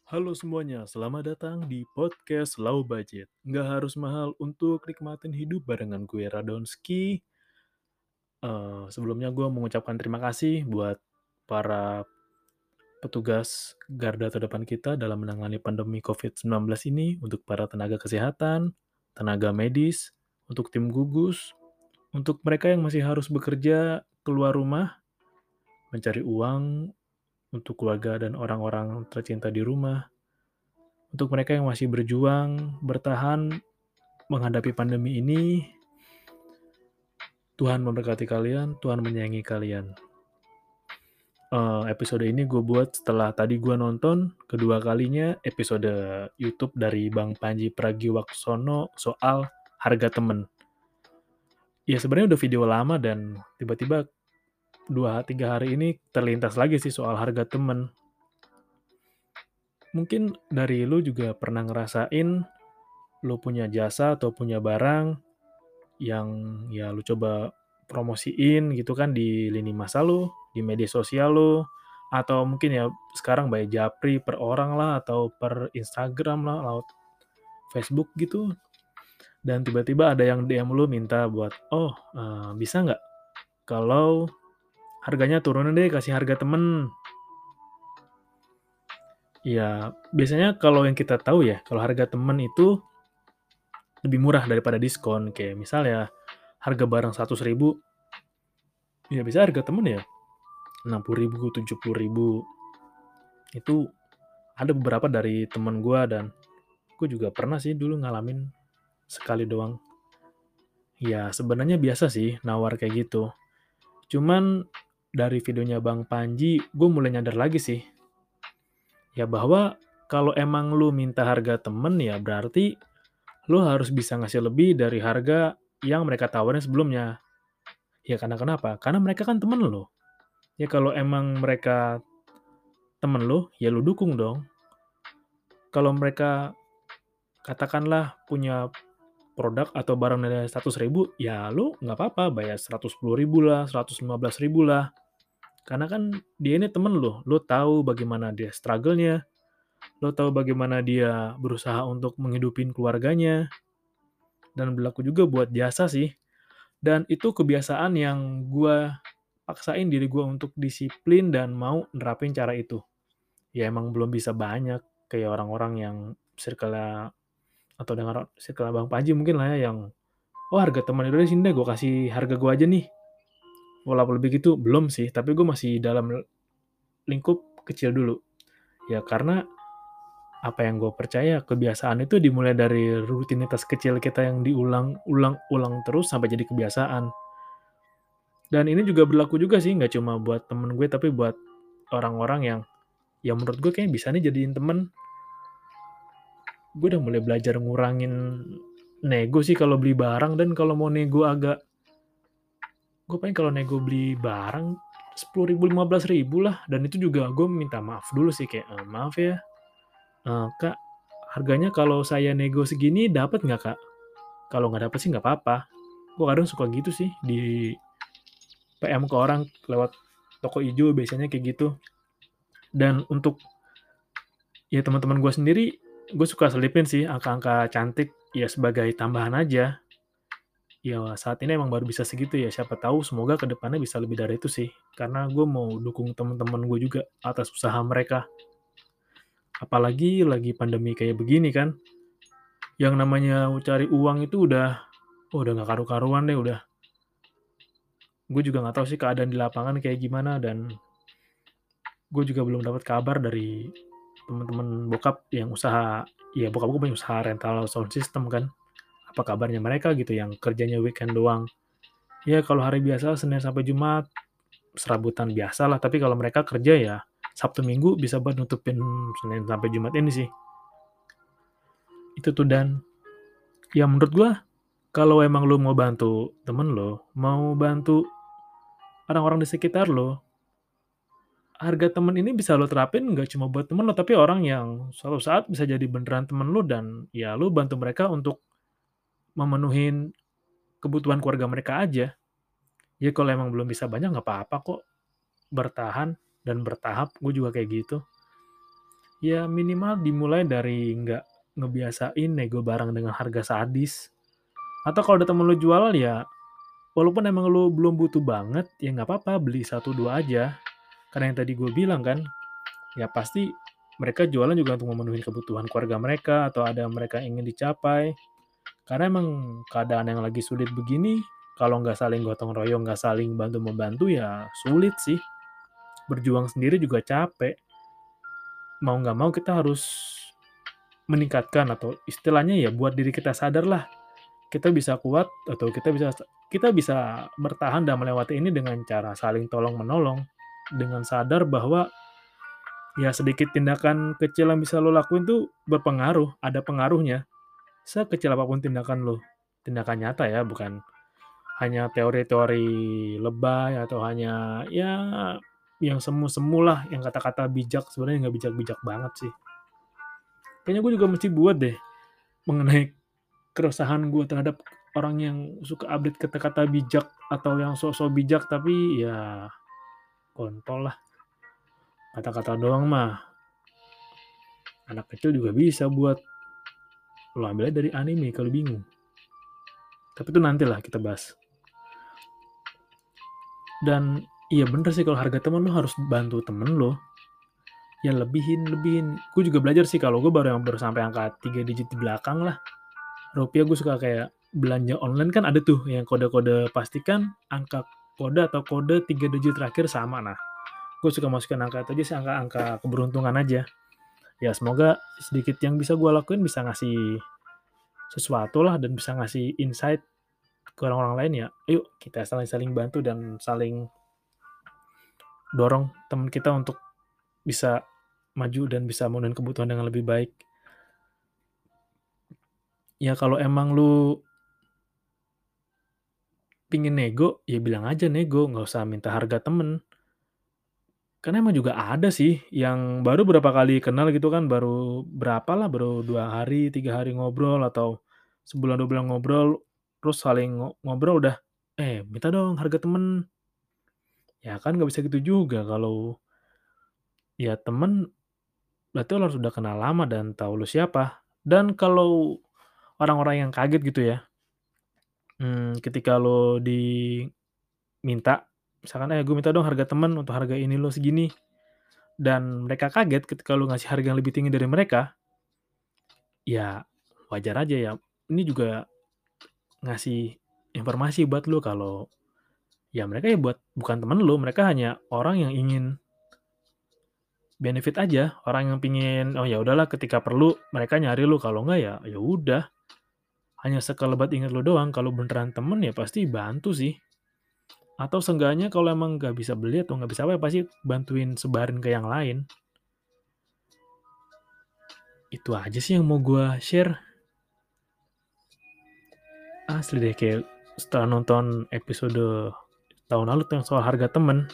Halo semuanya, selamat datang di podcast Low Budget. Nggak harus mahal untuk nikmatin hidup barengan gue Radonski. Sebelumnya gue mengucapkan terima kasih buat para petugas garda terdepan kita dalam menangani pandemi COVID-19 ini, untuk para tenaga kesehatan, tenaga medis, untuk tim gugus, untuk mereka yang masih harus bekerja keluar rumah, mencari uang untuk keluarga dan orang-orang tercinta di rumah, untuk mereka yang masih berjuang, bertahan menghadapi pandemi ini. Tuhan memberkati kalian, Tuhan menyayangi kalian. Episode ini gue buat setelah tadi gue nonton kedua kalinya episode YouTube dari Bang Panji Pragiwaksono soal harga temen. Ya sebenarnya udah video lama dan tiba-tiba 2-3 hari ini terlintas lagi sih soal harga temen. Mungkin dari lu juga pernah ngerasain lu punya jasa atau punya barang yang ya lu coba promosiin gitu kan di lini masa lu, di media sosial lu, atau mungkin ya sekarang by japri per orang lah atau per Instagram lah, lewat Facebook gitu, dan tiba-tiba ada yang DM lu minta buat, "Oh, bisa nggak kalau harganya turunin deh, kasih harga temen." Ya, biasanya kalau yang kita tahu ya, kalau harga temen itu lebih murah daripada diskon. Kayak misal ya, harga barang 100.000, ya bisa harga temen ya 60.000, 70.000. Itu ada beberapa dari temen gue dan gue juga pernah sih dulu ngalamin sekali doang. Ya sebenarnya biasa sih nawar kayak gitu. Cuman dari videonya Bang Panji, gue mulai nyadar lagi sih. Ya bahwa kalau emang lu minta harga temen ya berarti lu harus bisa ngasih lebih dari harga yang mereka tawarin sebelumnya. Ya karena kenapa? Karena mereka kan temen lo. Ya kalau emang mereka temen lo, ya lu dukung dong. Kalau mereka katakanlah punya produk atau barang nilai 100.000, ya lu nggak apa-apa bayar 110.000 lah, 115.000 lah. Karena kan dia ini temen lu tahu bagaimana dia struggle-nya, lu tahu bagaimana dia berusaha untuk menghidupin keluarganya, dan berlaku juga buat jasa sih. Dan itu kebiasaan yang gua paksain diri gua untuk disiplin dan mau nerapin cara itu. Ya emang belum bisa banyak kayak orang-orang yang circle-nya atau dengan circle Bang Panji mungkin lah ya, yang "Oh harga teman itu deh, sini deh gue kasih harga gue aja nih." Walaupun lebih gitu, belum sih, tapi gue masih dalam lingkup kecil dulu. Ya karena, apa yang gue percaya, kebiasaan itu dimulai dari rutinitas kecil kita yang diulang-ulang terus sampai jadi kebiasaan. Dan ini juga berlaku juga sih, nggak cuma buat temen gue, tapi buat orang-orang yang, ya menurut gue kayaknya bisa nih jadiin temen. Gue udah mulai belajar ngurangin nego sih kalau beli barang, dan kalau mau nego agak, gue paling kalau nego beli barang 10.000, 15.000 lah, dan itu juga gue minta maaf dulu sih kayak, "Maaf ya, Kak, harganya kalau saya nego segini dapat nggak, Kak?" Kalau nggak dapat sih nggak apa-apa. Gue kadang suka gitu sih di PM ke orang lewat toko ijo biasanya kayak gitu. Dan untuk ya teman-teman gue sendiri, gue suka selipin sih angka-angka cantik ya sebagai tambahan aja. Ya saat ini emang baru bisa segitu ya, siapa tahu semoga ke depannya bisa lebih dari itu sih. Karena gue mau dukung teman-teman gue juga atas usaha mereka. Apalagi lagi pandemi kayak begini kan, yang namanya cari uang itu udah nggak karu-karuan deh udah. Gue juga nggak tahu sih keadaan di lapangan kayak gimana, dan gue juga belum dapat kabar dari teman-teman bokap yang usaha, ya bokap gue punya usaha rental sound system kan. Apa kabarnya mereka gitu yang kerjanya weekend doang. Ya kalau hari biasa Senin sampai Jumat serabutan biasa lah, tapi kalau mereka kerja ya Sabtu Minggu bisa buat nutupin Senin sampai Jumat ini sih. Itu tuh, dan ya menurut gua kalau emang lu mau bantu temen lo, mau bantu orang-orang di sekitar lo, harga temen ini bisa lo terapin nggak cuma buat temen lo, tapi orang yang suatu saat bisa jadi beneran temen lo, dan ya lu bantu mereka untuk memenuhin kebutuhan keluarga mereka aja. Ya kalau emang belum bisa banyak nggak apa-apa kok, bertahan dan bertahap, gue juga kayak gitu. Ya minimal dimulai dari nggak ngebiasain nego barang dengan harga sadis. Atau kalau ada temen lu jualan ya, walaupun emang lu belum butuh banget, ya nggak apa-apa beli satu 2 aja. Karena yang tadi gue bilang kan, ya pasti mereka jualan juga untuk memenuhi kebutuhan keluarga mereka atau ada mereka yang ingin dicapai. Karena emang keadaan yang lagi sulit begini, kalau nggak saling gotong royong, nggak saling bantu-membantu ya sulit sih. Berjuang sendiri juga capek. Mau nggak mau kita harus meningkatkan atau istilahnya ya buat diri kita sadar lah. Kita bisa kuat atau kita bisa bertahan dan melewati ini dengan cara saling tolong-menolong. Dengan sadar bahwa ya sedikit tindakan kecil yang bisa lo lakuin tuh berpengaruh, ada pengaruhnya. Sekecil apapun tindakan lo. Tindakan nyata ya, bukan hanya teori-teori lebay atau hanya ya yang semu-semu lah, yang kata-kata bijak sebenarnya nggak bijak-bijak banget sih. Kayaknya gue juga mesti buat deh mengenai keresahan gue terhadap orang yang suka update kata-kata bijak atau yang sok-sok bijak tapi ya kontol lah, kata-kata doang mah anak kecil juga bisa buat. Lo ambilnya dari anime kalau bingung. Tapi itu nantilah kita bahas. Dan iya bener sih kalau harga temen lo harus bantu temen lo. Ya lebihin. Gue juga belajar sih kalau gue baru sampai angka 3 digit di belakang lah. Rupiah gue suka kayak belanja online kan ada tuh yang kode-kode pastikan angka kode atau kode 3 digit terakhir sama. Nah, gue suka masukin angka itu aja sih, angka-angka keberuntungan aja. Ya semoga sedikit yang bisa gue lakuin bisa ngasih sesuatu lah dan bisa ngasih insight ke orang-orang lain ya. Yuk kita saling-saling bantu dan saling dorong teman kita untuk bisa maju dan bisa memenuhi kebutuhan dengan lebih baik. Ya kalau emang lu pingin nego, ya bilang aja nego, nggak usah minta harga temen. Karena emang juga ada sih yang baru berapa kali kenal gitu kan, baru berapa lah, baru 2 hari, 3 hari ngobrol atau sebulan 2 bulan ngobrol, terus saling ngobrol udah, minta dong harga temen." Ya kan nggak bisa gitu juga kalau ya temen berarti lo harus udah kenal lama dan tahu lu siapa. Dan kalau orang-orang yang kaget gitu ya, ketika lo diminta, misalkan, "Gue minta dong harga temen untuk harga ini lo segini." Dan mereka kaget ketika lu ngasih harga yang lebih tinggi dari mereka, ya wajar aja ya. Ini juga ngasih informasi buat lu kalau ya mereka ya bukan temen lu, mereka hanya orang yang ingin benefit aja, orang yang pingin, oh ya udahlah ketika perlu mereka nyari lu, kalau enggak ya ya udah, hanya sekelebat inget lu doang, kalau beneran temen ya pasti bantu sih. Atau seenggaknya kalau emang nggak bisa beli atau nggak bisa apa, ya pasti bantuin sebarin ke yang lain. Itu aja sih yang mau gua share. Asli deh kayak setelah nonton episode tahun lalu tuh yang soal harga temen,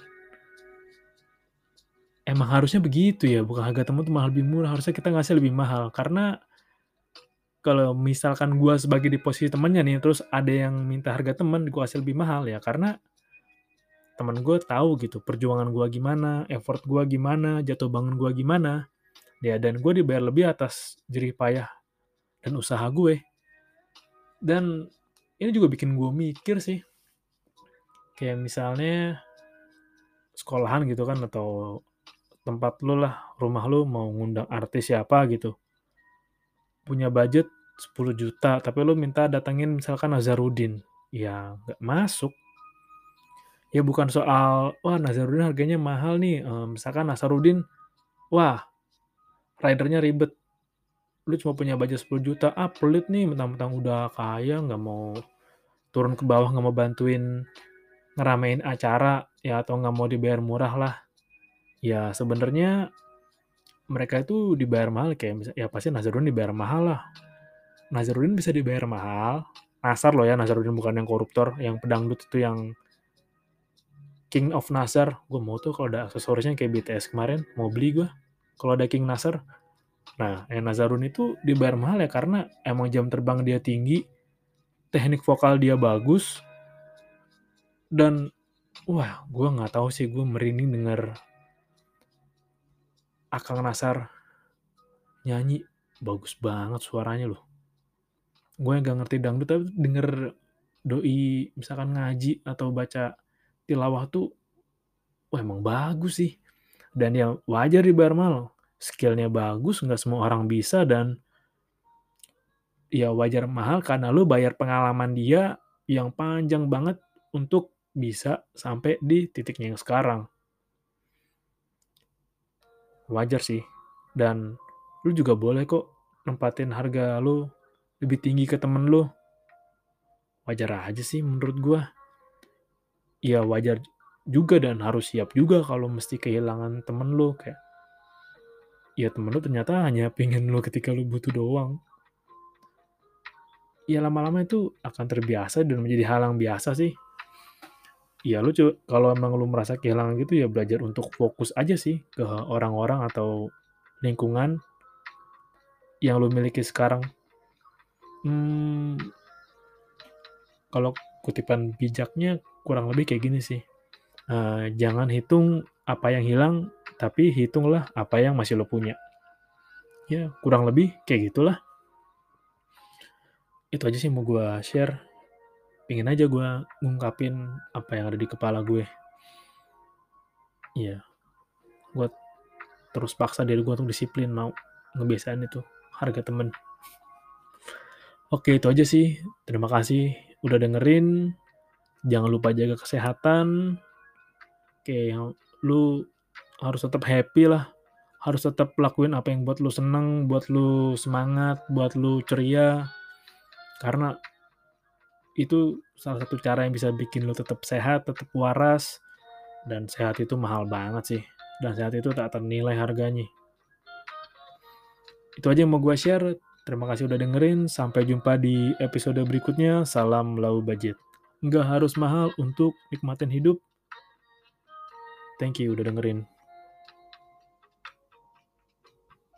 emang harusnya begitu ya, bukan harga temen tuh malah lebih murah, harusnya kita ngasih lebih mahal. Karena kalau misalkan gua sebagai di posisi temennya nih, terus ada yang minta harga temen, gua kasih lebih mahal ya karena temen gue tahu gitu perjuangan gua gimana, effort gua gimana, jatuh bangun gua gimana, ya dan gue dibayar lebih atas jerih payah dan usaha gue. Dan ini juga bikin gue mikir sih, kayak misalnya sekolahan gitu kan atau tempat lu lah, rumah lu mau ngundang artis siapa gitu, punya budget 10 juta, tapi lu minta datengin misalkan Nazarudin, ya nggak masuk. Ya bukan soal, wah Nazarudin harganya mahal nih, misalkan Nazarudin, wah ridernya ribet, lu cuma punya budget 10 juta, pelit nih mentang-mentang udah kaya nggak mau turun ke bawah, nggak mau bantuin ngeramein acara, ya atau nggak mau dibayar murah lah. Ya sebenarnya mereka itu dibayar mahal kayak ya pasti Nazarudin dibayar mahal lah. Nazarudin bisa dibayar mahal. Nasar loh ya, Nazarudin bukan yang koruptor, yang pedangdut itu yang King of Nasar. Gue mau tuh kalau ada aksesorisnya kayak BTS kemarin, mau beli gue. Kalau ada King Nasar. Nah, yang Nazarudin itu dibayar mahal ya karena emang jam terbang dia tinggi, teknik vokal dia bagus, dan wah, gue nggak tahu sih, gue merinding denger Akang Nasar nyanyi bagus banget suaranya loh. Gue nggak ngerti dangdut tapi denger doi misalkan ngaji atau baca tilawah tuh, wah emang bagus sih. Dan ya wajar dibayar mahal, skill-nya bagus, nggak semua orang bisa dan ya wajar mahal karena lu bayar pengalaman dia yang panjang banget untuk bisa sampai di titiknya yang sekarang. Wajar sih. Dan lu juga boleh kok nempatin harga lu lebih tinggi ke temen lu. Wajar aja sih menurut gua. Ya wajar juga dan harus siap juga kalau mesti kehilangan temen lu. Kayak, ya temen lu ternyata hanya pengen lu ketika lu butuh doang. Ya lama-lama itu akan terbiasa dan menjadi hal yang biasa sih. Ya lu kalau emang lu merasa kehilangan gitu ya belajar untuk fokus aja sih ke orang-orang atau lingkungan yang lu miliki sekarang. Hmm, kalau kutipan bijaknya kurang lebih kayak gini sih. Jangan hitung apa yang hilang, tapi hitunglah apa yang masih lo punya. Ya, kurang lebih kayak gitulah. Itu aja sih mau gue share. Pengen aja gue ngungkapin apa yang ada di kepala gue. Iya, gue terus paksa diri gue untuk disiplin mau ngebiasain itu harga temen. Oke, itu aja sih. Terima kasih udah dengerin. Jangan lupa jaga kesehatan. Oke, lu harus tetap happy lah. Harus tetap lakuin apa yang buat lu seneng, buat lu semangat, buat lu ceria. Karena itu salah satu cara yang bisa bikin lu tetap sehat, tetap waras. Dan sehat itu mahal banget sih. Dan sehat itu tak ternilai harganya. Itu aja yang mau gue share. Terima kasih udah dengerin. Sampai jumpa di episode berikutnya. Salam low budget. Nggak harus mahal untuk nikmatin hidup. Thank you udah dengerin.